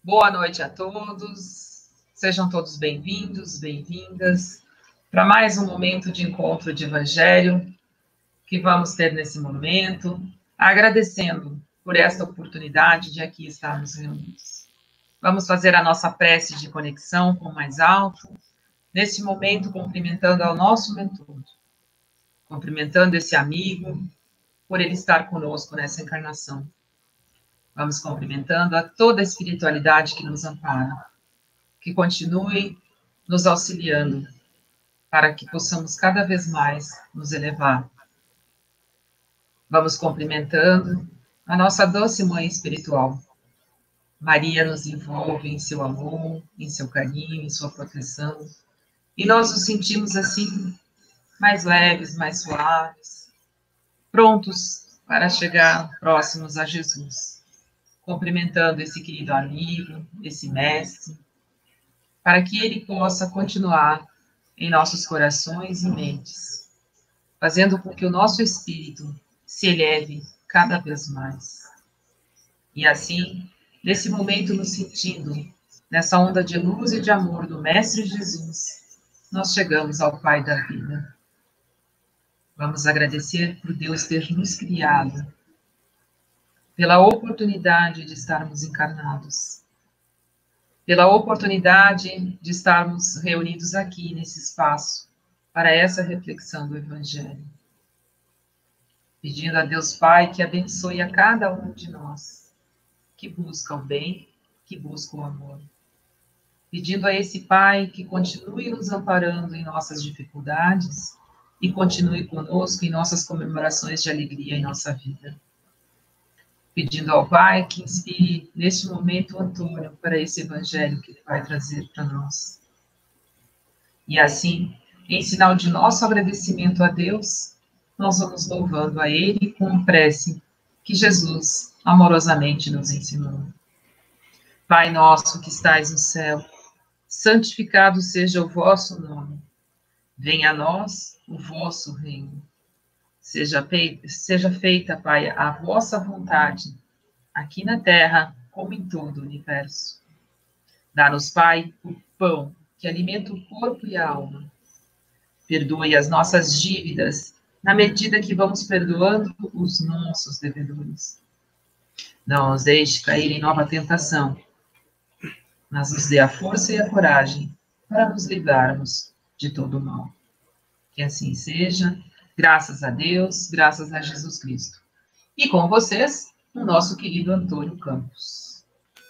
Boa noite a todos, sejam todos bem-vindos, bem-vindas para mais um momento de encontro de Evangelho que vamos ter nesse momento, agradecendo por esta oportunidade de aqui estarmos reunidos. Vamos fazer a nossa prece de conexão com o mais alto, neste momento cumprimentando ao nosso mentor, cumprimentando esse amigo por ele estar conosco nessa encarnação. Vamos cumprimentando a toda a espiritualidade que nos ampara, que continue nos auxiliando para que possamos cada vez mais nos elevar. Vamos cumprimentando a nossa doce mãe espiritual. Maria nos envolve em seu amor, em seu carinho, em sua proteção, e nós nos sentimos assim, mais leves, mais suaves, prontos para chegar próximos a Jesus. Cumprimentando esse querido amigo, esse mestre, para que ele possa continuar em nossos corações e mentes, fazendo com que o nosso espírito se eleve cada vez mais. E assim, nesse momento, nos sentindo nessa onda de luz e de amor do Mestre Jesus, nós chegamos ao Pai da vida. Vamos agradecer por Deus ter nos criado, pela oportunidade de estarmos encarnados, pela oportunidade de estarmos reunidos aqui nesse espaço para essa reflexão do Evangelho. Pedindo a Deus Pai que abençoe a cada um de nós, que busca o bem, que busca o amor. Pedindo a esse Pai que continue nos amparando em nossas dificuldades e continue conosco em nossas comemorações de alegria em nossa vida. Pedindo ao Pai que inspire neste momento o Antônio para esse Evangelho que ele vai trazer para nós. E assim, em sinal de nosso agradecimento a Deus, nós vamos louvando a Ele com prece que Jesus amorosamente nos ensinou. Pai nosso que estais no céu, santificado seja o vosso nome. Venha a nós o vosso reino. Seja feita, Pai, a vossa vontade, aqui na terra como em todo o universo. Dá-nos, Pai, o pão que alimenta o corpo e a alma. Perdoe as nossas dívidas, na medida que vamos perdoando os nossos devedores. Não nos deixe cair em nova tentação, mas nos dê a força e a coragem para nos livrarmos de todo o mal. Que assim seja, graças a Deus, graças a Jesus Cristo. E com vocês, o nosso querido Antônio Campos.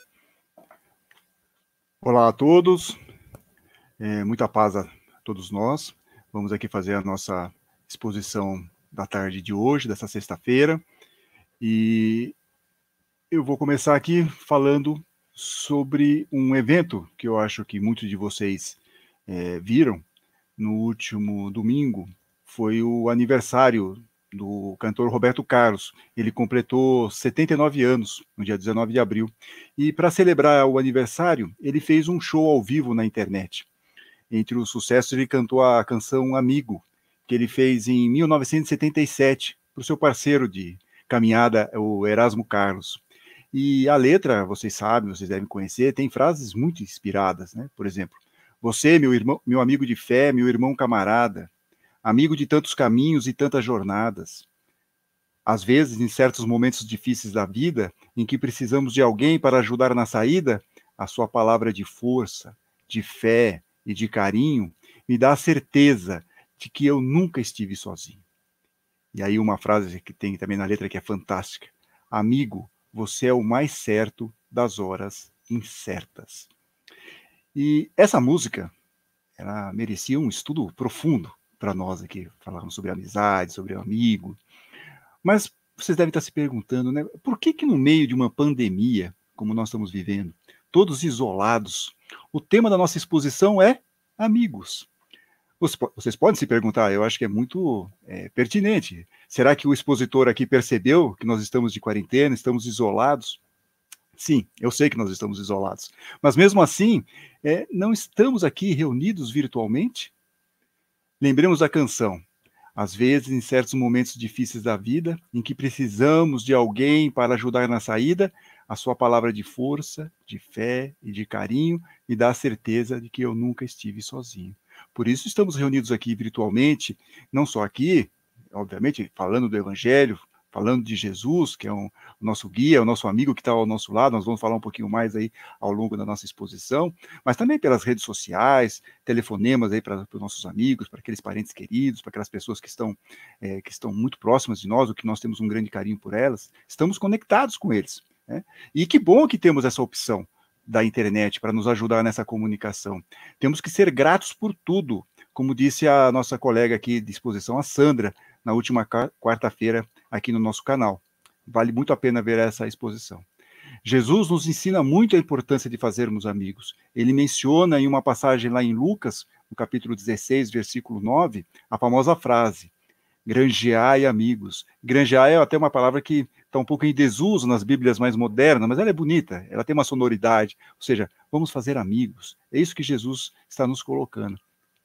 Olá a todos, muita paz a todos nós. Vamos aqui fazer a nossa exposição da tarde de hoje, dessa sexta-feira, e eu vou começar aqui falando sobre um evento que eu acho que muitos de vocês viram no último domingo. Foi o aniversário do cantor Roberto Carlos. Ele completou 79 anos, no dia 19 de abril. E para celebrar o aniversário, ele fez um show ao vivo na internet. Entre os sucessos, ele cantou a canção Amigo, que ele fez em 1977, para o seu parceiro de caminhada, o Erasmo Carlos. E a letra, vocês sabem, vocês devem conhecer, tem frases muito inspiradas, né? Por exemplo, você, meu irmão, meu amigo de fé, meu irmão camarada, amigo de tantos caminhos e tantas jornadas. Às vezes, em certos momentos difíceis da vida, em que precisamos de alguém para ajudar na saída, a sua palavra de força, de fé e de carinho me dá a certeza de que eu nunca estive sozinho. E aí uma frase que tem também na letra que é fantástica. Amigo, você é o mais certo das horas incertas. E essa música, ela merecia um estudo profundo para nós aqui, falamos sobre amizade, sobre amigo. Mas vocês devem estar se perguntando, né? Por que no meio de uma pandemia, como nós estamos vivendo, todos isolados, o tema da nossa exposição é amigos? Vocês podem se perguntar, eu acho que é muito pertinente. Será que o expositor aqui percebeu que nós estamos de quarentena, estamos isolados? Sim, eu sei que nós estamos isolados. Mas mesmo assim, não estamos aqui reunidos virtualmente? Lembremos a canção. Às vezes, em certos momentos difíceis da vida, em que precisamos de alguém para ajudar na saída, A sua palavra de força, de fé e de carinho me dá a certeza de que eu nunca estive sozinho. Por isso estamos reunidos aqui virtualmente, não só aqui, obviamente, falando do Evangelho, falando de Jesus, que é o nosso guia, o nosso amigo que está ao nosso lado. Nós vamos falar um pouquinho mais aí ao longo da nossa exposição, mas também pelas redes sociais, telefonemas aí para os nossos amigos, para aqueles parentes queridos, para aquelas pessoas que estão muito próximas de nós, ou que nós temos um grande carinho por elas. Estamos conectados com eles, né? E que bom que temos essa opção da internet para nos ajudar nessa comunicação. Temos que ser gratos por tudo, como disse a nossa colega aqui de exposição, a Sandra, na última quarta-feira aqui no nosso canal. Vale muito a pena ver essa exposição. Jesus nos ensina muito a importância de fazermos amigos. Ele menciona em uma passagem lá em Lucas, no capítulo 16, versículo 9, a famosa frase: granjeai amigos. Granjeai é até uma palavra que está um pouco em desuso nas Bíblias mais modernas, mas ela é bonita, ela tem uma sonoridade, ou seja, vamos fazer amigos. É isso que Jesus está nos colocando.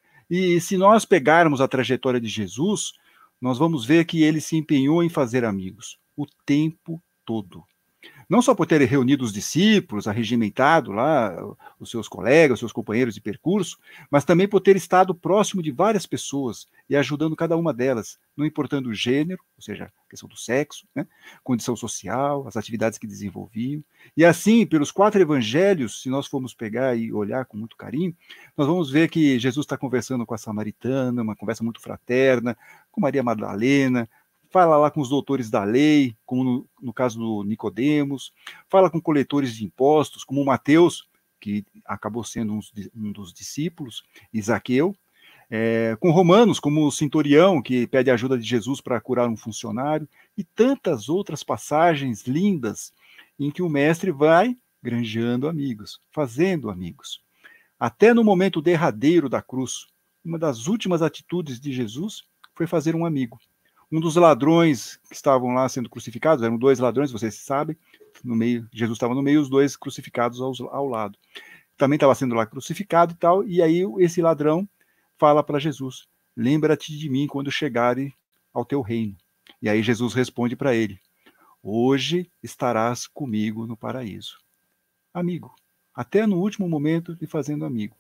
E se nós pegarmos a trajetória de Jesus, nós vamos ver que ele se empenhou em fazer amigos o tempo todo. Não só por ter reunido os discípulos, arregimentado lá os seus colegas, os seus companheiros de percurso, mas também por ter estado próximo de várias pessoas e ajudando cada uma delas, não importando o gênero, ou seja, a questão do sexo, né, condição social, as atividades que desenvolviam. E assim, pelos 4 evangelhos, se nós formos pegar e olhar com muito carinho, nós vamos ver que Jesus está conversando com a samaritana, uma conversa muito fraterna, com Maria Madalena, fala lá com os doutores da lei, como no caso do Nicodemos, fala com coletores de impostos, como Mateus, que acabou sendo um dos discípulos, e Zaqueu, com romanos, como o centurião, que pede ajuda de Jesus para curar um funcionário, e tantas outras passagens lindas em que o mestre vai granjeando amigos, fazendo amigos. Até no momento derradeiro da cruz, uma das últimas atitudes de Jesus foi fazer um amigo. Um dos ladrões que estavam lá sendo crucificados, eram 2 ladrões, vocês sabem, no meio, Jesus estava no meio, os 2 crucificados ao lado. Também estava sendo lá crucificado e tal, e aí esse ladrão fala para Jesus: lembra-te de mim quando chegares ao teu reino. E aí Jesus responde para ele: hoje estarás comigo no paraíso. Amigo, até no último momento de fazendo amigo.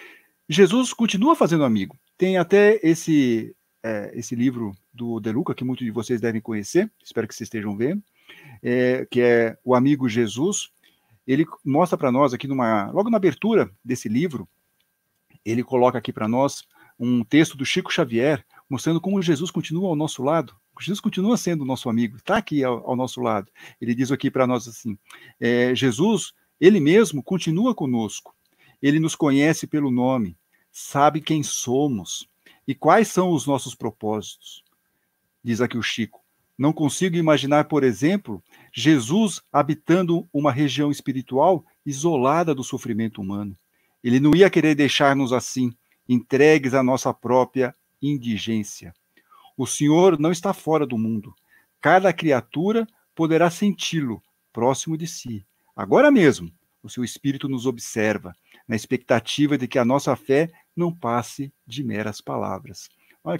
Jesus continua fazendo amigo. Tem até esse livro do De Luca, que muitos de vocês devem conhecer, espero que vocês estejam vendo, que é O Amigo Jesus. Ele mostra para nós aqui, logo na abertura desse livro, ele coloca aqui para nós um texto do Chico Xavier, mostrando como Jesus continua ao nosso lado. Jesus continua sendo o nosso amigo, está aqui ao nosso lado. Ele diz aqui para nós assim: Jesus, ele mesmo continua conosco. Ele nos conhece pelo nome, sabe quem somos e quais são os nossos propósitos. Diz aqui o Chico: não consigo imaginar, por exemplo, Jesus habitando uma região espiritual isolada do sofrimento humano. Ele não ia querer deixar-nos assim, entregues à nossa própria indigência. O Senhor não está fora do mundo. Cada criatura poderá senti-lo próximo de si. Agora mesmo, o seu Espírito nos observa, na expectativa de que a nossa fé não passe de meras palavras. Olha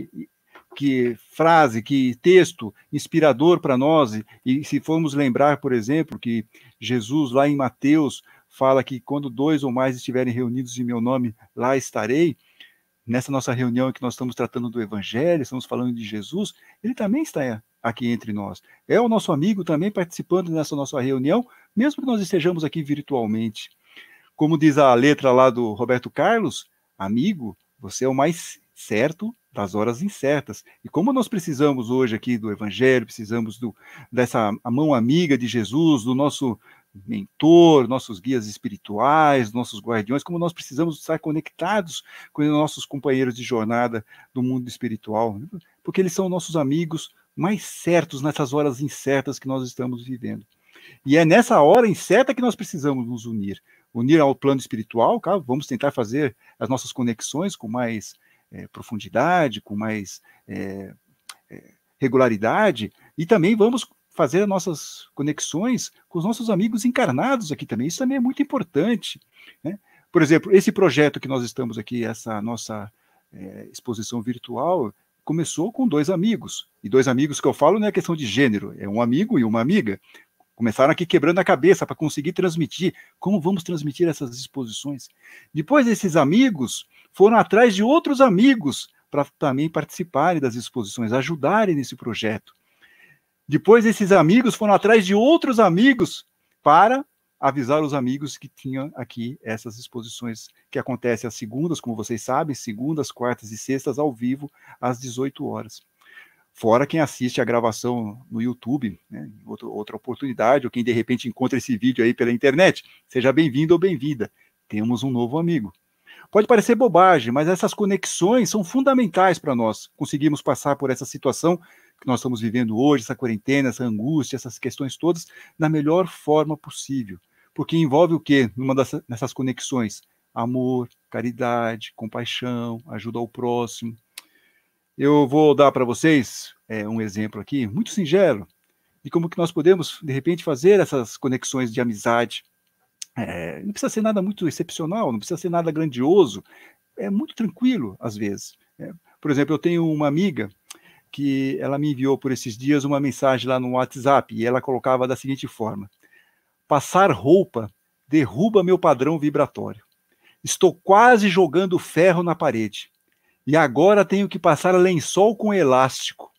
que frase, que texto inspirador para nós. E se formos lembrar, por exemplo, que Jesus, lá em Mateus, fala que quando 2 ou mais estiverem reunidos em meu nome, lá estarei. Nessa nossa reunião em que nós estamos tratando do Evangelho, estamos falando de Jesus, ele também está aqui entre nós. É o nosso amigo também participando nessa nossa reunião, mesmo que nós estejamos aqui virtualmente. Como diz a letra lá do Roberto Carlos: amigo, você é o mais certo das horas incertas. E como nós precisamos hoje aqui do Evangelho, precisamos dessa mão amiga de Jesus, do nosso mentor, nossos guias espirituais, nossos guardiões, como nós precisamos estar conectados com os nossos companheiros de jornada do mundo espiritual, porque eles são nossos amigos mais certos nessas horas incertas que nós estamos vivendo. E é nessa hora incerta que nós precisamos nos unir ao plano espiritual, claro, vamos tentar fazer as nossas conexões com mais profundidade, com mais regularidade, e também vamos fazer as nossas conexões com os nossos amigos encarnados aqui também. Isso também é muito importante, né? Por exemplo, esse projeto que nós estamos aqui, essa nossa exposição virtual, começou com 2 amigos. E 2 amigos que eu falo não é questão de gênero, é um amigo e uma amiga. Começaram aqui quebrando a cabeça para conseguir transmitir. Como vamos transmitir essas exposições? Depois, esses amigos foram atrás de outros amigos para também participarem das exposições, ajudarem nesse projeto. Depois, esses amigos foram atrás de outros amigos para avisar os amigos que tinham aqui essas exposições que acontecem às segundas, como vocês sabem, segundas, quartas e sextas, ao vivo, às 18 horas. Fora quem assiste a gravação no YouTube, né, outra oportunidade, ou quem de repente encontra esse vídeo aí pela internet, seja bem-vindo ou bem-vinda. Temos um novo amigo. Pode parecer bobagem, mas essas conexões são fundamentais para nós conseguirmos passar por essa situação que nós estamos vivendo hoje, essa quarentena, essa angústia, essas questões todas, da melhor forma possível. Porque envolve o quê nessas conexões? Amor, caridade, compaixão, ajuda ao próximo. Eu vou dar para vocês um exemplo aqui, muito singelo, de como que nós podemos, de repente, fazer essas conexões de amizade. Não precisa ser nada muito excepcional, não precisa ser nada grandioso, é muito tranquilo, às vezes. Por exemplo, eu tenho uma amiga que ela me enviou por esses dias uma mensagem lá no WhatsApp, e ela colocava da seguinte forma: passar roupa derruba meu padrão vibratório. Estou quase jogando ferro na parede. E agora tenho que passar lençol com elástico.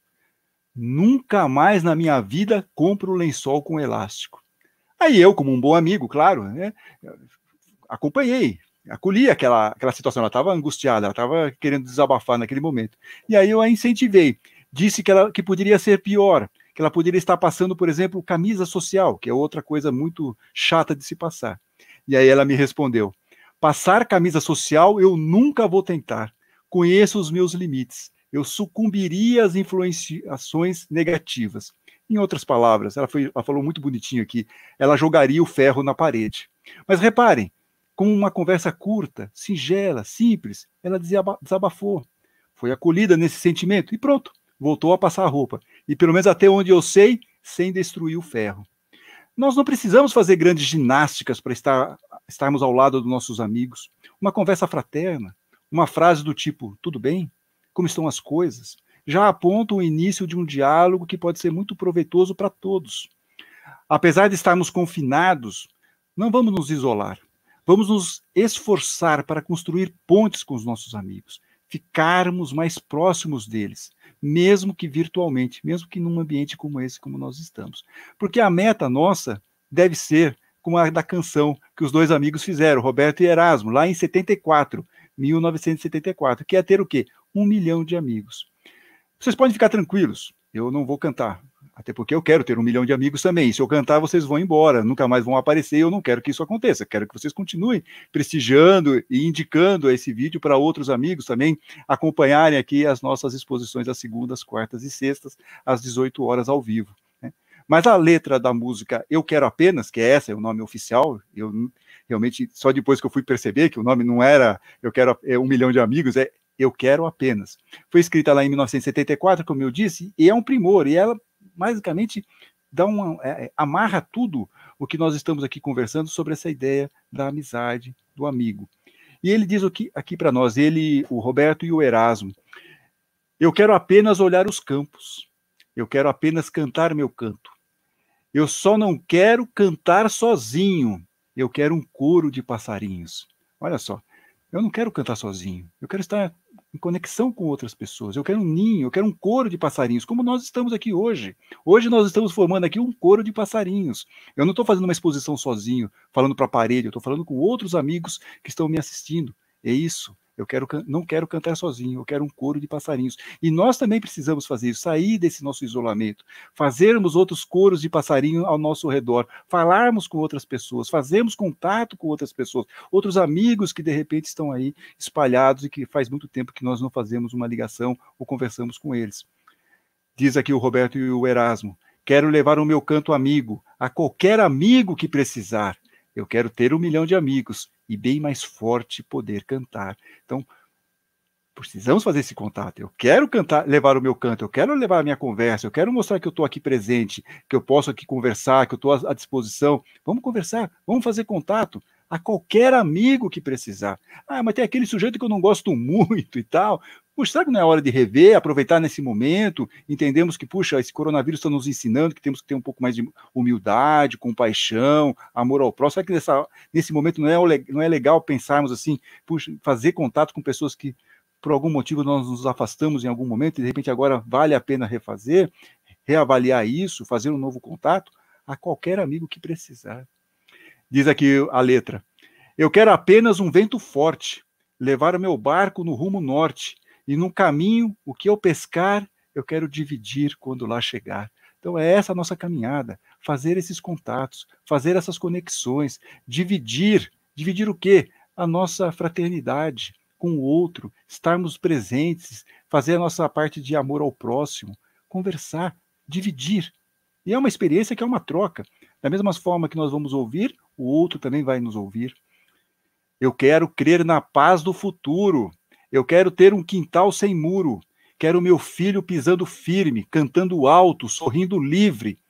Nunca mais na minha vida compro lençol com elástico. Aí eu, como um bom amigo, claro, né, acompanhei, acolhi aquela situação. Ela estava angustiada, ela estava querendo desabafar naquele momento. E aí eu a incentivei. Disse que poderia ser pior, que ela poderia estar passando, por exemplo, camisa social, que é outra coisa muito chata de se passar. E aí ela me respondeu: passar camisa social eu nunca vou tentar. Conheço os meus limites. Eu sucumbiria às influenciações negativas. Em outras palavras, ela falou muito bonitinho aqui, ela jogaria o ferro na parede. Mas reparem, com uma conversa curta, singela, simples, ela desabafou. Foi acolhida nesse sentimento e pronto, voltou a passar a roupa. E pelo menos até onde eu sei, sem destruir o ferro. Nós não precisamos fazer grandes ginásticas para estarmos ao lado dos nossos amigos. Uma conversa fraterna, uma frase do tipo, tudo bem? Como estão as coisas? Já aponta o início de um diálogo que pode ser muito proveitoso para todos. Apesar de estarmos confinados, não vamos nos isolar. Vamos nos esforçar para construir pontes com os nossos amigos, ficarmos mais próximos deles, mesmo que virtualmente, mesmo que num ambiente como esse, como nós estamos. Porque a meta nossa deve ser como a da canção que os dois amigos fizeram, Roberto e Erasmo, lá em 1974, que é ter o quê? 1 milhão de amigos. Vocês podem ficar tranquilos, eu não vou cantar, até porque eu quero ter 1 milhão de amigos também. Se eu cantar, vocês vão embora, nunca mais vão aparecer, eu não quero que isso aconteça. Quero que vocês continuem prestigiando e indicando esse vídeo para outros amigos também acompanharem aqui as nossas exposições às segundas, quartas e sextas, às 18 horas ao vivo. Né? Mas a letra da música Eu Quero Apenas, que essa é o nome oficial, eu realmente, só depois que eu fui perceber que o nome não era Eu Quero 1 milhão de amigos, é Eu Quero Apenas. Foi escrita lá em 1974, como eu disse, e é um primor, e ela basicamente amarra tudo o que nós estamos aqui conversando sobre essa ideia da amizade, do amigo. E ele diz aqui para nós, o Roberto e o Erasmo: eu quero apenas olhar os campos, eu quero apenas cantar meu canto. Eu só não quero cantar sozinho, eu quero um coro de passarinhos. Olha só, eu não quero cantar sozinho, eu quero estar em conexão com outras pessoas, eu quero um ninho, eu quero um coro de passarinhos, como nós estamos aqui hoje. Hoje nós estamos formando aqui um coro de passarinhos. Eu não estou fazendo uma exposição sozinho, falando para a parede, eu estou falando com outros amigos que estão me assistindo. É isso. Não quero cantar sozinho, eu quero um coro de passarinhos. E nós também precisamos fazer isso, sair desse nosso isolamento, fazermos outros coros de passarinho ao nosso redor, falarmos com outras pessoas, fazermos contato com outras pessoas, outros amigos que de repente estão aí espalhados e que faz muito tempo que nós não fazemos uma ligação ou conversamos com eles. Diz aqui o Roberto e o Erasmo: quero levar o meu canto amigo a qualquer amigo que precisar. Eu quero ter 1 milhão de amigos e bem mais forte poder cantar. Então, precisamos fazer esse contato. Eu quero levar o meu canto, eu quero levar a minha conversa, eu quero mostrar que eu estou aqui presente, que eu posso aqui conversar, que eu estou à disposição. Vamos conversar, vamos fazer contato a qualquer amigo que precisar. Ah, mas tem aquele sujeito que eu não gosto muito e tal. Puxa, será que não é hora de rever, aproveitar nesse momento? Entendemos que, puxa, esse coronavírus está nos ensinando que temos que ter um pouco mais de humildade, compaixão, amor ao próximo. Será que nesse momento não é legal pensarmos assim, puxa, fazer contato com pessoas que, por algum motivo, nós nos afastamos em algum momento e, de repente, agora vale a pena refazer, reavaliar isso, fazer um novo contato a qualquer amigo que precisar. Diz aqui a letra: eu quero apenas um vento forte, levar o meu barco no rumo norte, e no caminho, o que eu pescar, eu quero dividir quando lá chegar. Então é essa a nossa caminhada, fazer esses contatos, fazer essas conexões, dividir o quê? A nossa fraternidade com o outro, estarmos presentes, fazer a nossa parte de amor ao próximo, conversar, dividir. E é uma experiência que é uma troca. Da mesma forma que nós vamos ouvir, o outro também vai nos ouvir. Eu quero crer na paz do futuro. Eu quero ter um quintal sem muro. Quero meu filho pisando firme, cantando alto, sorrindo livre.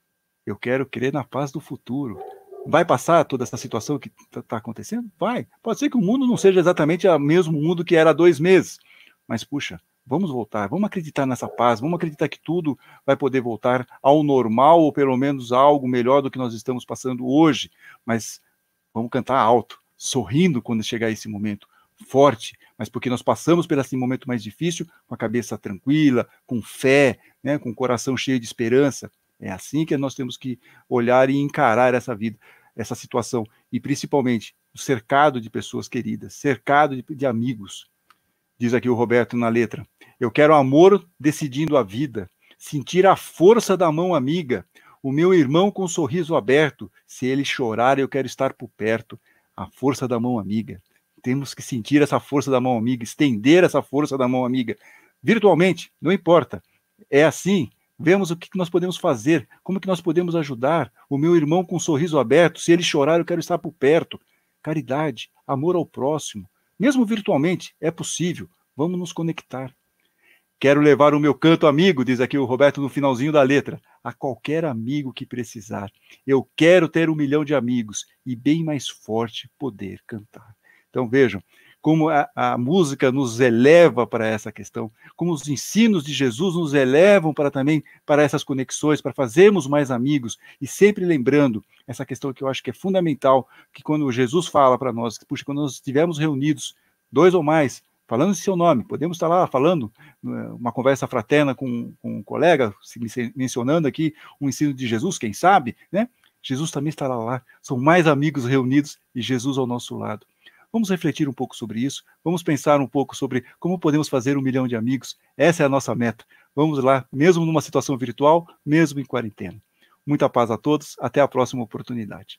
Eu quero crer na paz do futuro. Vai passar toda essa situação que está acontecendo? Vai. Pode ser que o mundo não seja exatamente o mesmo mundo que era há 2 meses. Mas, puxa, vamos voltar, vamos acreditar nessa paz, vamos acreditar que tudo vai poder voltar ao normal, ou pelo menos algo melhor do que nós estamos passando hoje. Mas vamos cantar alto, sorrindo quando chegar esse momento, forte, mas porque nós passamos por esse momento mais difícil, com a cabeça tranquila, com fé, né, com o coração cheio de esperança. É assim que nós temos que olhar e encarar essa vida, essa situação, e principalmente cercado de pessoas queridas, cercado de amigos. Diz aqui o Roberto na letra: eu quero amor decidindo a vida, sentir a força da mão amiga, o meu irmão com um sorriso aberto, se ele chorar eu quero estar por perto. A força da mão amiga. Temos que sentir essa força da mão amiga, estender essa força da mão amiga. Virtualmente, não importa. É assim, vemos o que nós podemos fazer, como que nós podemos ajudar. O meu irmão com um sorriso aberto, se ele chorar eu quero estar por perto. Caridade, amor ao próximo. Mesmo virtualmente, é possível. Vamos nos conectar. Quero levar o meu canto amigo, diz aqui o Roberto no finalzinho da letra, a qualquer amigo que precisar. Eu quero ter 1 milhão de amigos e bem mais forte poder cantar. Então vejam como a música nos eleva para essa questão, como os ensinos de Jesus nos elevam também para essas conexões, para fazermos mais amigos, e sempre lembrando essa questão que eu acho que é fundamental, que quando Jesus fala para nós, puxa, quando nós estivermos reunidos, 2 ou mais, falando em seu nome, podemos estar lá falando uma conversa fraterna com um colega, mencionando aqui um ensino de Jesus, quem sabe, né? Jesus também estará lá, são mais amigos reunidos e Jesus ao nosso lado. Vamos refletir um pouco sobre isso, vamos pensar um pouco sobre como podemos fazer 1 milhão de amigos, essa é a nossa meta. Vamos lá, mesmo numa situação virtual, mesmo em quarentena. Muita paz a todos, até a próxima oportunidade.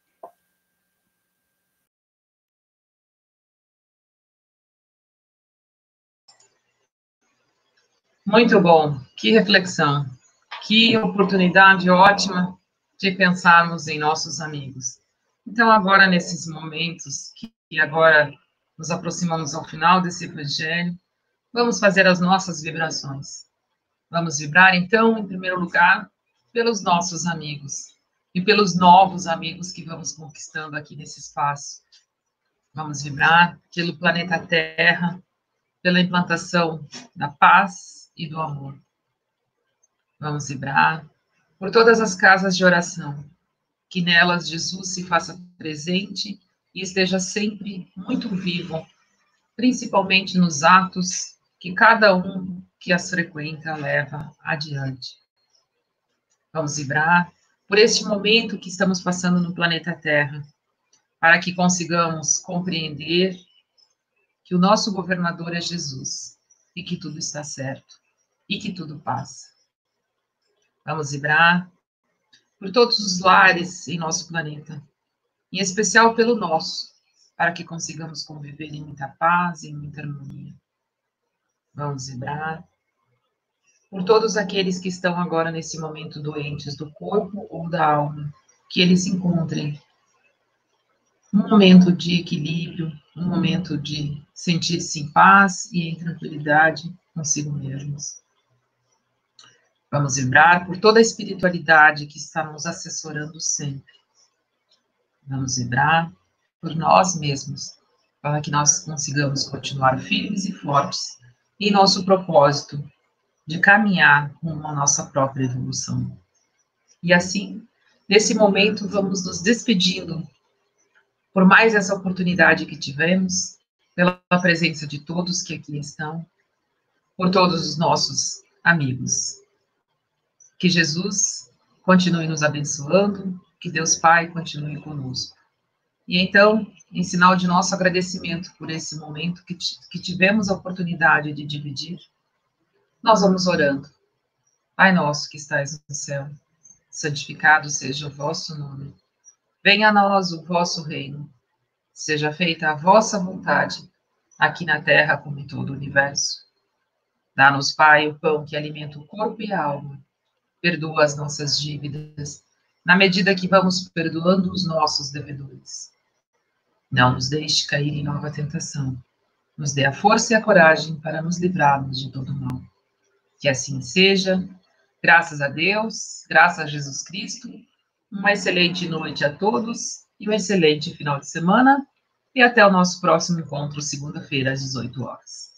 Muito bom, que reflexão, que oportunidade ótima de pensarmos em nossos amigos. Então, agora, nesses momentos que agora nos aproximamos ao final desse evangelho, vamos fazer as nossas vibrações. Vamos vibrar, então, em primeiro lugar, pelos nossos amigos e pelos novos amigos que vamos conquistando aqui nesse espaço. Vamos vibrar pelo planeta Terra, pela implantação da paz e do amor. Vamos vibrar por todas as casas de oração, que nelas Jesus se faça presente e esteja sempre muito vivo, principalmente nos atos que cada um que as frequenta leva adiante. Vamos vibrar por este momento que estamos passando no planeta Terra, para que consigamos compreender que o nosso governador é Jesus e que tudo está certo e que tudo passa. Vamos vibrar por todos os lares em nosso planeta, em especial pelo nosso, para que consigamos conviver em muita paz e em muita harmonia. Vamos vibrar por todos aqueles que estão agora nesse momento doentes do corpo ou da alma, que eles encontrem um momento de equilíbrio, um momento de sentir-se em paz e em tranquilidade consigo mesmos. Vamos vibrar por toda a espiritualidade que está nos assessorando sempre. Vamos vibrar por nós mesmos, para que nós consigamos continuar firmes e fortes em nosso propósito de caminhar com a nossa própria evolução. E assim, nesse momento, vamos nos despedindo por mais essa oportunidade que tivemos, pela presença de todos que aqui estão, por todos os nossos amigos. Que Jesus continue nos abençoando, que Deus Pai continue conosco. E então, em sinal de nosso agradecimento por esse momento que tivemos a oportunidade de dividir, nós vamos orando. Pai nosso que estais no céu, santificado seja o vosso nome. Venha a nós o vosso reino. Seja feita a vossa vontade, aqui na terra como em todo o universo. Dá-nos, Pai, o pão que alimenta o corpo e a alma. Perdoa as nossas dívidas, na medida que vamos perdoando os nossos devedores. Não nos deixe cair em nova tentação. Nos dê a força e a coragem para nos livrarmos de todo mal. Que assim seja. Graças a Deus, graças a Jesus Cristo. Uma excelente noite a todos e um excelente final de semana. E até o nosso próximo encontro, segunda-feira, às 18 horas.